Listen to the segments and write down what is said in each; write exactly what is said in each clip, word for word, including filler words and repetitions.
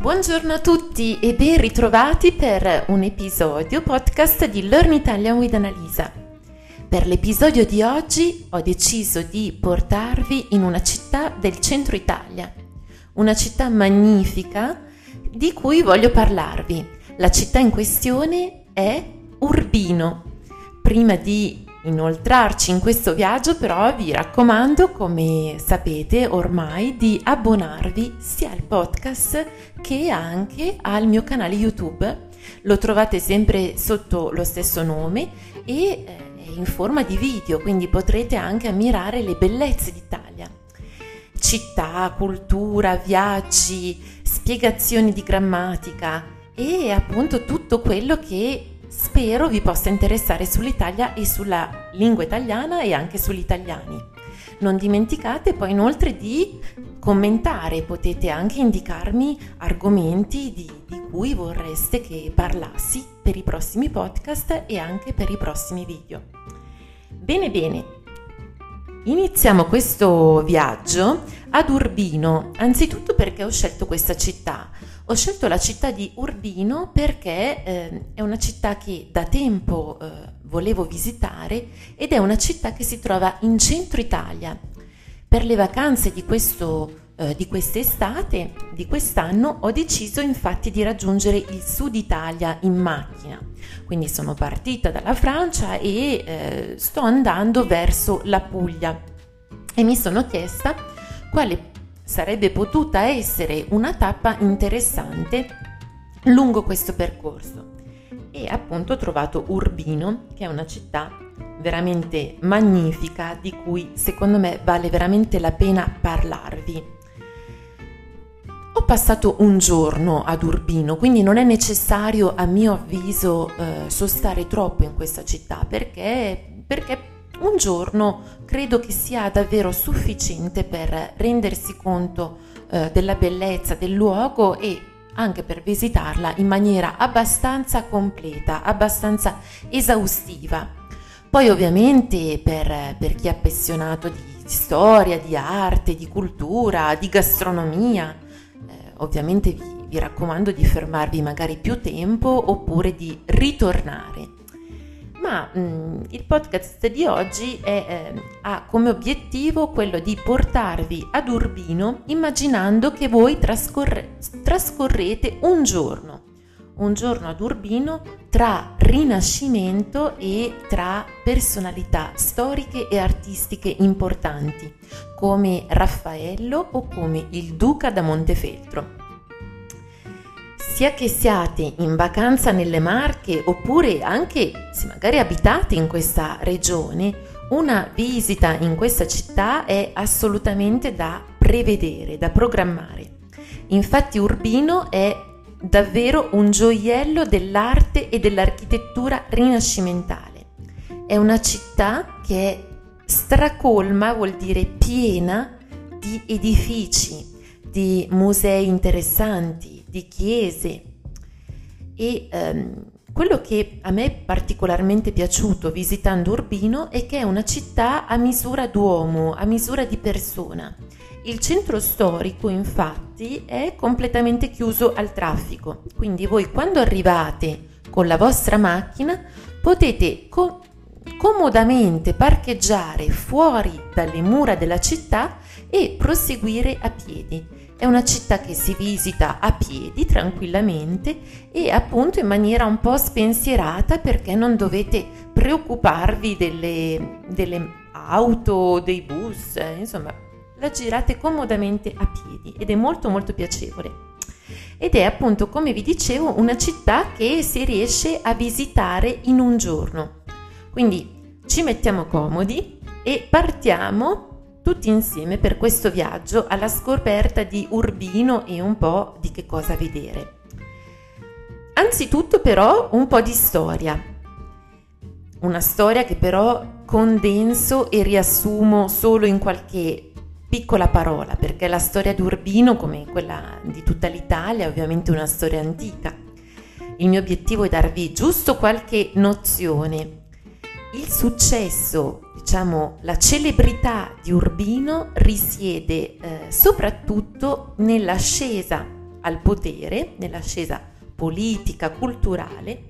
Buongiorno a tutti e ben ritrovati per un episodio podcast di Learn Italian with Annalisa. Per l'episodio di oggi ho deciso di portarvi in una città del centro Italia, una città magnifica di cui voglio parlarvi. La città in questione è Urbino. Prima di inoltrarci in questo viaggio però vi raccomando, come sapete ormai, di abbonarvi sia al podcast che anche al mio canale YouTube. Lo trovate sempre sotto lo stesso nome e è in forma di video, quindi potrete anche ammirare le bellezze d'Italia. Città, cultura, viaggi, spiegazioni di grammatica e appunto tutto quello che spero vi possa interessare sull'Italia e sulla lingua italiana e anche sugli italiani. Non dimenticate poi inoltre di commentare, potete anche indicarmi argomenti di, di cui vorreste che parlassi per i prossimi podcast e anche per i prossimi video. Bene bene, iniziamo questo viaggio ad Urbino, anzitutto perché ho scelto questa città. Ho scelto la città di Urbino perché eh, è una città che da tempo eh, volevo visitare ed è una città che si trova in centro Italia. Per le vacanze di, questo, eh, di quest'estate, di quest'anno, ho deciso infatti di raggiungere il sud Italia in macchina. Quindi sono partita dalla Francia e eh, sto andando verso la Puglia e mi sono chiesta quale sarebbe potuta essere una tappa interessante lungo questo percorso e appunto ho trovato Urbino, che è una città veramente magnifica di cui secondo me vale veramente la pena parlarvi. Ho passato un giorno ad Urbino, quindi non è necessario a mio avviso eh, sostare troppo in questa città perché, perché un giorno credo che sia davvero sufficiente per rendersi conto eh, della bellezza del luogo e anche per visitarla in maniera abbastanza completa, abbastanza esaustiva. Poi ovviamente per, per chi è appassionato di storia, di arte, di cultura, di gastronomia, eh, ovviamente vi, vi raccomando di fermarvi magari più tempo oppure di ritornare. Ma mh, il podcast di oggi è, eh, ha come obiettivo quello di portarvi ad Urbino immaginando che voi trascorre, trascorrete un giorno, un giorno ad Urbino tra Rinascimento e tra personalità storiche e artistiche importanti come Raffaello o come il Duca da Montefeltro. Sia che siate in vacanza nelle Marche oppure anche se magari abitate in questa regione, una visita in questa città è assolutamente da prevedere, da programmare. Infatti Urbino è davvero un gioiello dell'arte e dell'architettura rinascimentale. È una città che è stracolma, vuol dire piena di edifici, di musei interessanti, di chiese e ehm, quello che a me è particolarmente piaciuto visitando Urbino è che è una città a misura d'uomo, a misura di persona. Il centro storico infatti è completamente chiuso al traffico, quindi voi quando arrivate con la vostra macchina potete co- comodamente parcheggiare fuori dalle mura della città e proseguire a piedi. È una città che si visita a piedi tranquillamente e appunto in maniera un po' spensierata perché non dovete preoccuparvi delle, delle auto, dei bus, eh, insomma la girate comodamente a piedi ed è molto molto piacevole. Ed è appunto, come vi dicevo, una città che si riesce a visitare in un giorno. Quindi ci mettiamo comodi e partiamo tutti insieme per questo viaggio alla scoperta di Urbino e un po' di che cosa vedere. Anzitutto però un po' di storia. Una storia che però condenso e riassumo solo in qualche piccola parola, perché la storia di Urbino, come quella di tutta l'Italia, è ovviamente una storia antica. Il mio obiettivo è darvi giusto qualche nozione. Il successo, diciamo, la celebrità di Urbino risiede eh, soprattutto nell'ascesa al potere, nell'ascesa politica, culturale,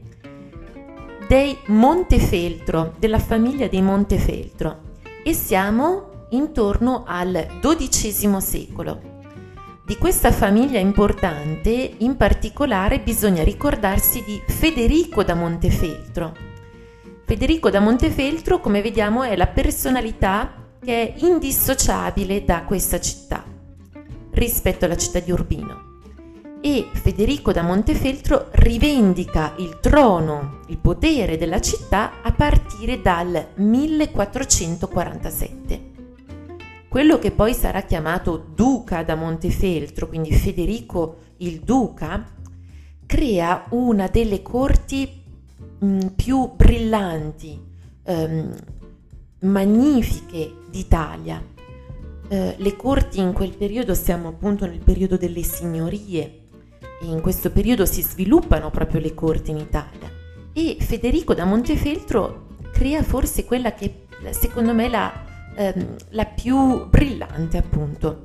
dei Montefeltro, della famiglia dei Montefeltro, e siamo intorno al dodicesimo secolo. Di questa famiglia importante, in particolare, bisogna ricordarsi di Federico da Montefeltro. Federico da Montefeltro, come vediamo, è la personalità che è indissociabile da questa città rispetto alla città di Urbino. E Federico da Montefeltro rivendica il trono, il potere della città a partire dal millequattrocentoquarantasette. Quello che poi sarà chiamato Duca da Montefeltro, quindi Federico il Duca, crea una delle corti mh, più brillanti, ehm, magnifiche d'Italia. Eh, le corti in quel periodo, siamo appunto nel periodo delle signorie, e in questo periodo si sviluppano proprio le corti in Italia. E Federico da Montefeltro crea forse quella che secondo me è la la più brillante, appunto.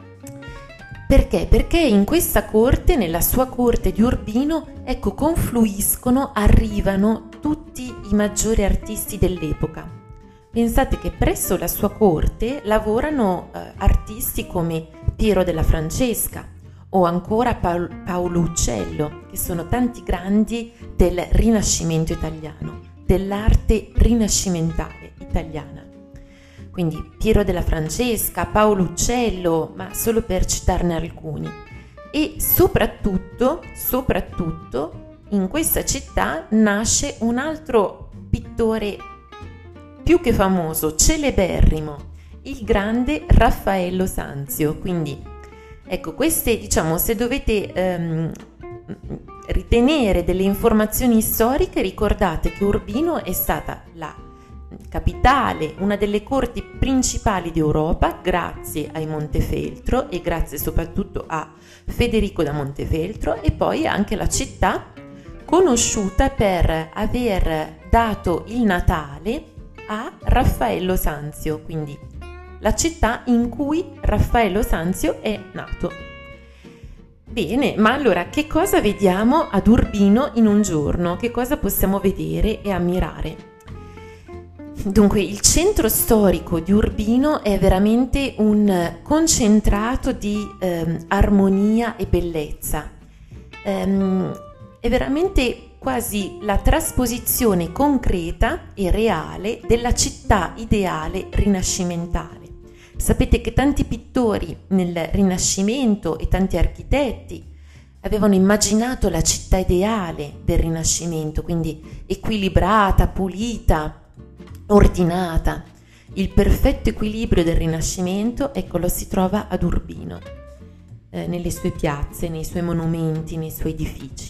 Perché? Perché in questa corte, nella sua corte di Urbino, ecco, confluiscono, arrivano tutti i maggiori artisti dell'epoca. Pensate che presso la sua corte lavorano eh, artisti come Piero della Francesca o ancora Paolo, Paolo Uccello, che sono tanti grandi del Rinascimento italiano, dell'arte rinascimentale italiana. Quindi Piero della Francesca, Paolo Uccello, ma solo per citarne alcuni. E soprattutto, soprattutto, in questa città nasce un altro pittore più che famoso, celeberrimo, il grande Raffaello Sanzio. Quindi, ecco, queste, diciamo, se dovete ehm, ritenere delle informazioni storiche, ricordate che Urbino è stata la capitale, una delle corti principali d'Europa, grazie ai Montefeltro e grazie soprattutto a Federico da Montefeltro, e poi anche la città conosciuta per aver dato il Natale a Raffaello Sanzio, quindi la città in cui Raffaello Sanzio è nato. Bene, ma allora che cosa vediamo ad Urbino in un giorno? Che cosa possiamo vedere e ammirare? Dunque, il centro storico di Urbino è veramente un concentrato di ehm, armonia e bellezza. Ehm, è veramente quasi la trasposizione concreta e reale della città ideale rinascimentale. Sapete che tanti pittori nel Rinascimento e tanti architetti avevano immaginato la città ideale del Rinascimento, quindi equilibrata, pulita, ordinata. Il perfetto equilibrio del Rinascimento, ecco, lo si trova ad Urbino, eh, nelle sue piazze, nei suoi monumenti, nei suoi edifici.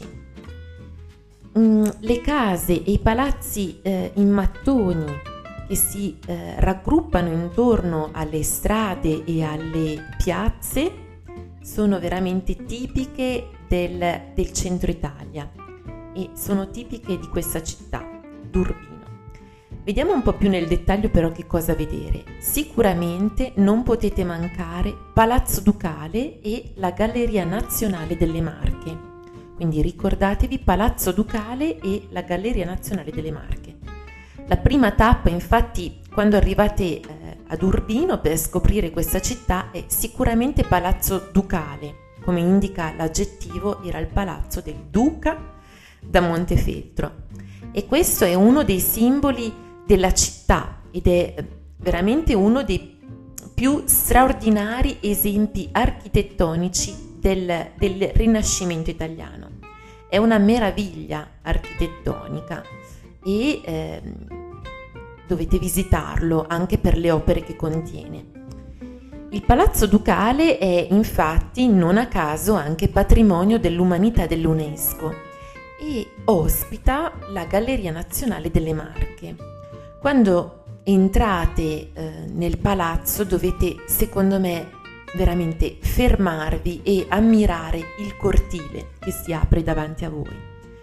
Mm, le case e i palazzi eh, in mattoni che si eh, raggruppano intorno alle strade e alle piazze sono veramente tipiche del, del centro Italia e sono tipiche di questa città, d'Urbino. Vediamo un po' più nel dettaglio però che cosa vedere. Sicuramente non potete mancare Palazzo Ducale e la Galleria Nazionale delle Marche. Quindi ricordatevi Palazzo Ducale e la Galleria Nazionale delle Marche. La prima tappa, infatti, quando arrivate eh, ad Urbino per scoprire questa città è sicuramente Palazzo Ducale. Come indica l'aggettivo, era il palazzo del Duca da Montefeltro. E questo è uno dei simboli della città ed è veramente uno dei più straordinari esempi architettonici del, del Rinascimento italiano. È una meraviglia architettonica e eh, dovete visitarlo anche per le opere che contiene. Il Palazzo Ducale è infatti non a caso anche patrimonio dell'umanità dell'UNESCO e ospita la Galleria Nazionale delle Marche. Quando entrate eh, nel palazzo dovete, secondo me, veramente fermarvi e ammirare il cortile che si apre davanti a voi.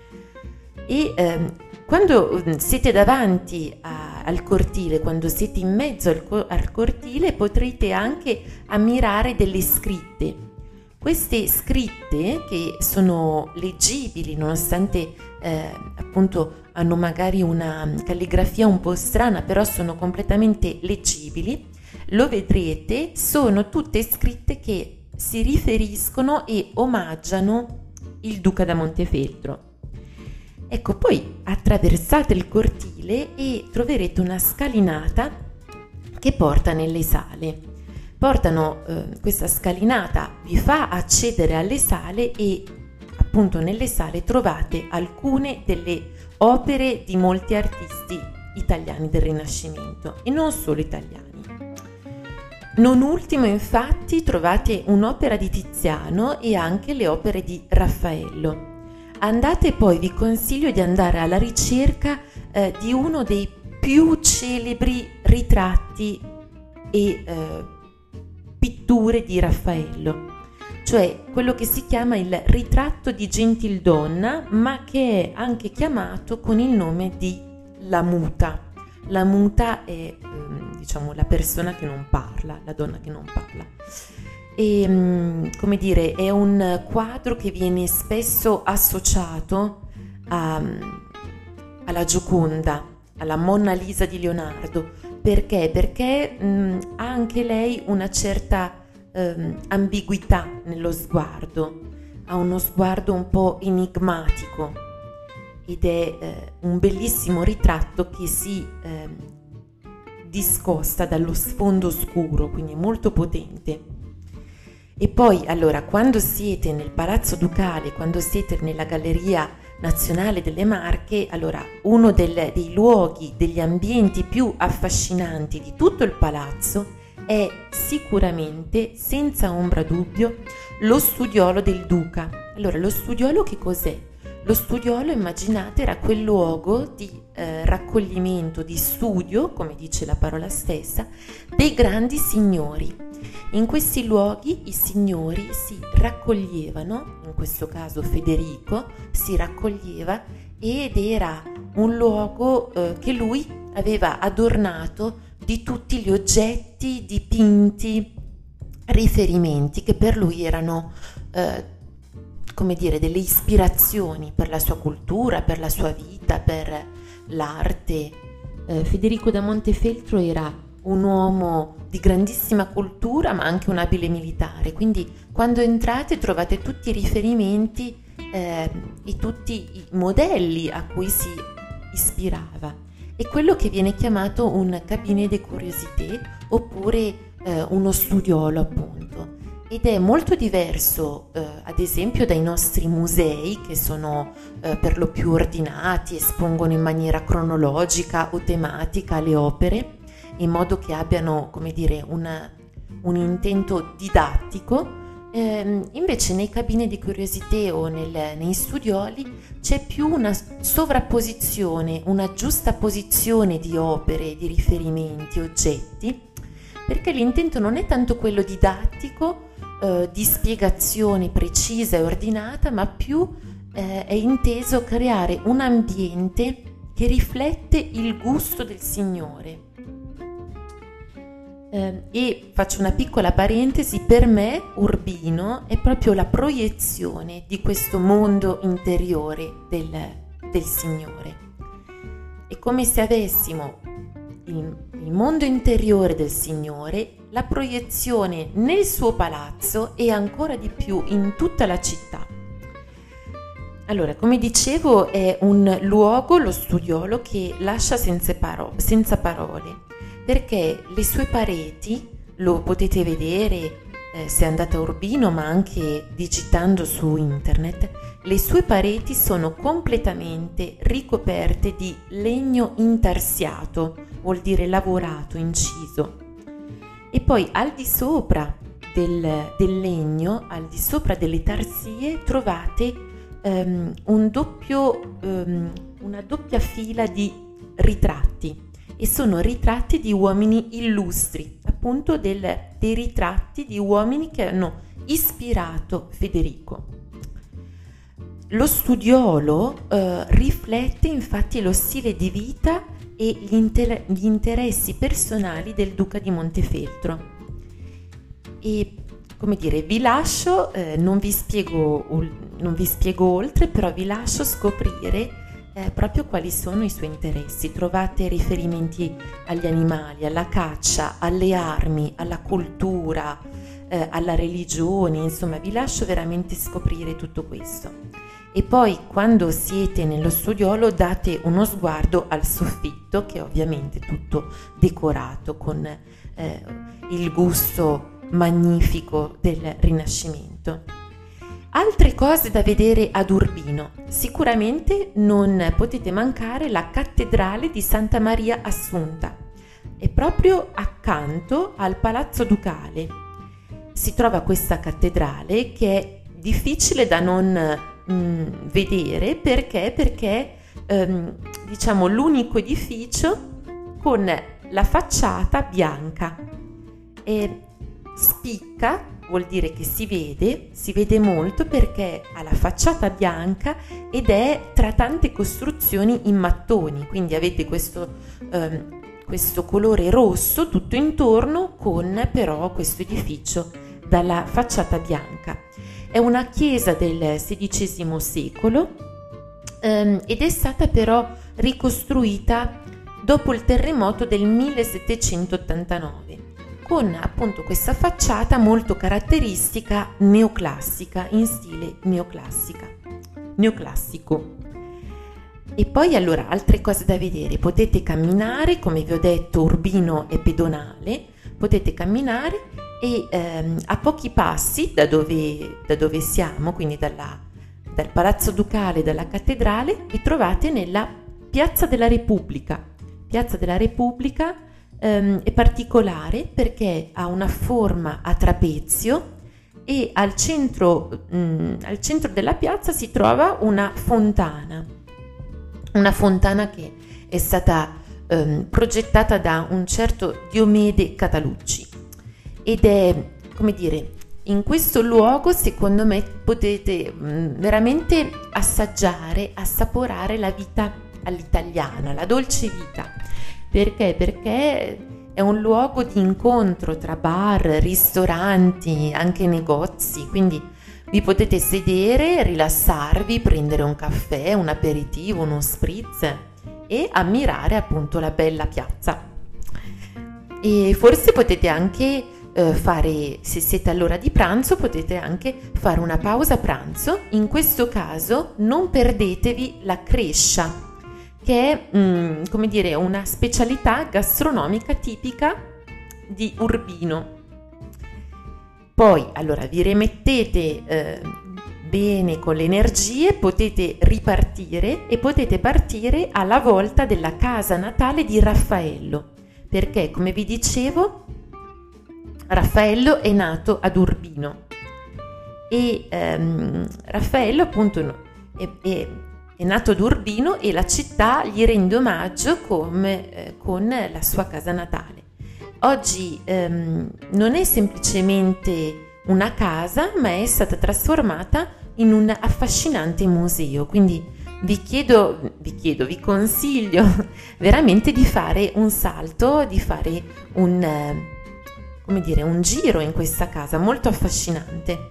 E eh, quando siete davanti a, al cortile, quando siete in mezzo al, al cortile, potrete anche ammirare delle scritte. Queste scritte, che sono leggibili nonostante eh, appunto hanno magari una calligrafia un po' strana, però sono completamente leggibili, lo vedrete, sono tutte scritte che si riferiscono e omaggiano il duca da Montefeltro. Ecco, poi attraversate il cortile e troverete una scalinata che porta nelle sale. Portano eh, questa scalinata vi fa accedere alle sale e appunto nelle sale trovate alcune delle opere di molti artisti italiani del Rinascimento e non solo italiani. Non ultimo, infatti, trovate un'opera di Tiziano e anche le opere di Raffaello. Andate poi, vi consiglio di andare alla ricerca eh, di uno dei più celebri ritratti e eh, pitture di Raffaello, cioè quello che si chiama il ritratto di Gentildonna, ma che è anche chiamato con il nome di La Muta. La muta è diciamo la persona che non parla, la donna che non parla. E come dire, è un quadro che viene spesso associato a, alla Gioconda, alla Monna Lisa di Leonardo. Perché? Perché mh, ha anche lei una certa ehm, ambiguità nello sguardo, ha uno sguardo un po' enigmatico ed è eh, un bellissimo ritratto che si eh, discosta dallo sfondo scuro, quindi è molto potente. E poi, allora, quando siete nel Palazzo Ducale, quando siete nella Galleria Nazionale delle Marche, allora uno del, dei luoghi, degli ambienti più affascinanti di tutto il palazzo è sicuramente, senza ombra dubbio, lo studiolo del Duca. Allora, lo studiolo che cos'è? Lo studiolo, immaginate, era quel luogo di eh, raccoglimento, di studio, come dice la parola stessa, dei grandi signori. In questi luoghi i signori si raccoglievano, in questo caso Federico si raccoglieva, ed era un luogo eh, che lui aveva adornato di tutti gli oggetti, dipinti, riferimenti che per lui erano eh, come dire, delle ispirazioni per la sua cultura, per la sua vita, per l'arte. Eh, Federico da Montefeltro era un uomo di grandissima cultura, ma anche un abile militare, quindi quando entrate trovate tutti i riferimenti eh, e tutti i modelli a cui si ispirava. È quello che viene chiamato un cabinet de curiosité oppure eh, uno studiolo, appunto. Ed è molto diverso, eh, ad esempio, dai nostri musei, che sono eh, per lo più ordinati, espongono in maniera cronologica o tematica le opere, in modo che abbiano, come dire, una, un intento didattico. Eh, invece nei cabinet di curiosité o nel, nei studioli c'è più una sovrapposizione, una giusta posizione di opere, di riferimenti, oggetti, perché l'intento non è tanto quello didattico, eh, di spiegazione precisa e ordinata, ma più eh, è inteso creare un ambiente che riflette il gusto del Signore. Eh, e faccio una piccola parentesi, per me Urbino è proprio la proiezione di questo mondo interiore del, del Signore. È come se avessimo il, il mondo interiore del Signore, la proiezione nel suo palazzo e ancora di più in tutta la città. Allora, come dicevo, è un luogo, lo studiolo, che lascia senza, paro- senza parole, perché le sue pareti, lo potete vedere eh, se andate a Urbino, ma anche digitando su internet, le sue pareti sono completamente ricoperte di legno intarsiato, vuol dire lavorato, inciso. E poi al di sopra del, del legno, al di sopra delle tarsie, trovate um, un doppio, um, una doppia fila di ritratti. E sono ritratti di uomini illustri, appunto del, dei ritratti di uomini che hanno ispirato Federico. Lo studiolo eh, riflette infatti lo stile di vita e gli, inter- gli interessi personali del duca di Montefeltro. E come dire, vi lascio, eh, non vi spiego, non vi spiego oltre, però vi lascio scoprire eh, proprio quali sono i suoi interessi. Trovate riferimenti agli animali, alla caccia, alle armi, alla cultura, eh, alla religione, insomma vi lascio veramente scoprire tutto questo. E poi quando siete nello studiolo date uno sguardo al soffitto, che è ovviamente tutto decorato con eh, il gusto magnifico del Rinascimento. Altre cose da vedere ad Urbino: sicuramente non potete mancare la cattedrale di Santa Maria Assunta. È proprio accanto al Palazzo Ducale. Si trova questa cattedrale che è difficile da non mh, vedere perché perché ehm, diciamo l'unico edificio con la facciata bianca. E spicca, vuol dire che si vede, si vede molto perché ha la facciata bianca ed è tra tante costruzioni in mattoni, quindi avete questo, ehm, questo colore rosso tutto intorno con però questo edificio dalla facciata bianca. È una chiesa del sedicesimo secolo ehm, ed è stata però ricostruita dopo il terremoto del millesettecentottantanove, con appunto questa facciata molto caratteristica neoclassica, in stile neoclassica, neoclassico. E poi allora altre cose da vedere: potete camminare, come vi ho detto Urbino è pedonale, potete camminare e ehm, a pochi passi da dove, da dove siamo, quindi dalla, dal Palazzo Ducale, dalla cattedrale, vi trovate nella Piazza della Repubblica. Piazza della Repubblica ehm, è particolare perché ha una forma a trapezio e al centro, mh, al centro della piazza si trova una fontana, una fontana che è stata ehm, progettata da un certo Diomede Catalucci ed è, come dire, in questo luogo secondo me potete mh, veramente assaggiare, assaporare la vita all'italiana, la dolce vita. Perché? Perché è un luogo di incontro tra bar, ristoranti, anche negozi, quindi vi potete sedere, rilassarvi, prendere un caffè, un aperitivo, uno spritz e ammirare appunto la bella piazza. E forse potete anche eh, fare, se siete all'ora di pranzo, potete anche fare una pausa pranzo. In questo caso non perdetevi la crescia, che è, mh, come dire, una specialità gastronomica tipica di Urbino. Poi, allora, vi rimettete eh, bene con le energie, potete ripartire e potete partire alla volta della casa natale di Raffaello, perché, come vi dicevo, Raffaello è nato ad Urbino e ehm, Raffaello appunto è, è È nato ad Urbino e la città gli rende omaggio come, eh, con la sua casa natale. Oggi ehm, non è semplicemente una casa, ma è stata trasformata in un affascinante museo. Quindi vi chiedo, vi chiedo, vi consiglio veramente di fare un salto, di fare un, eh, come dire, un giro in questa casa molto affascinante.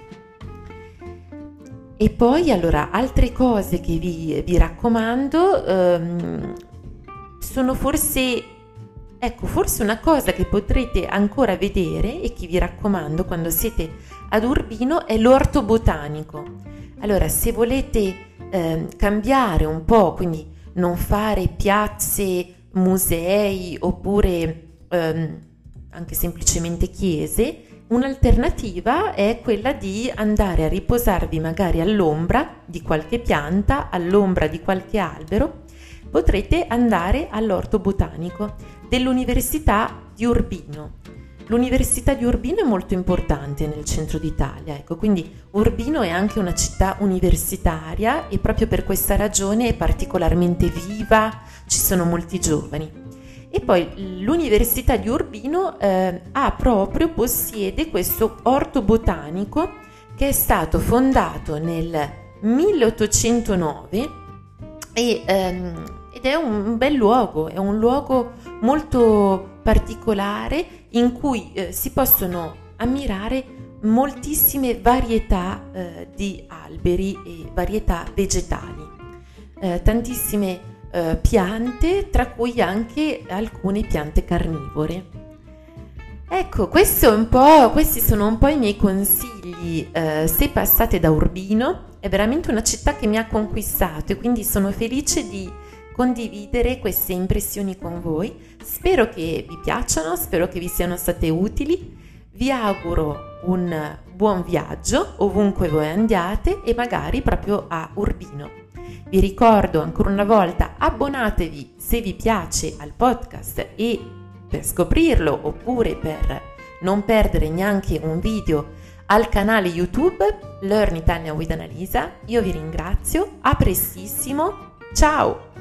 E poi allora altre cose che vi, vi raccomando ehm, sono forse, ecco, forse una cosa che potrete ancora vedere e che vi raccomando quando siete ad Urbino è l'orto botanico. Allora, se volete eh, cambiare un po', quindi non fare piazze, musei oppure ehm, anche semplicemente chiese, un'alternativa è quella di andare a riposarvi magari all'ombra di qualche pianta, all'ombra di qualche albero. Potrete andare all'orto botanico dell'Università di Urbino. L'Università di Urbino è molto importante nel centro d'Italia, ecco, quindi Urbino è anche una città universitaria e proprio per questa ragione è particolarmente viva, ci sono molti giovani. E poi l'Università di Urbino eh, ha proprio, possiede questo orto botanico che è stato fondato nel milleottocentonove e, ehm, ed è un bel luogo, è un luogo molto particolare in cui eh, si possono ammirare moltissime varietà eh, di alberi e varietà vegetali, eh, tantissime eh, piante, tra cui anche alcune piante carnivore. Ecco, questo è un po', questi sono un po' i miei consigli eh, se passate da Urbino. È veramente una città che mi ha conquistato e quindi sono felice di condividere queste impressioni con voi. Spero che vi piacciono, spero che vi siano state utili. Vi auguro un buon viaggio ovunque voi andiate e magari proprio a Urbino. Vi ricordo ancora una volta, abbonatevi se vi piace al podcast e per scoprirlo oppure per non perdere neanche un video al canale YouTube Learn Italian with Annalisa. Io vi ringrazio, a prestissimo, ciao!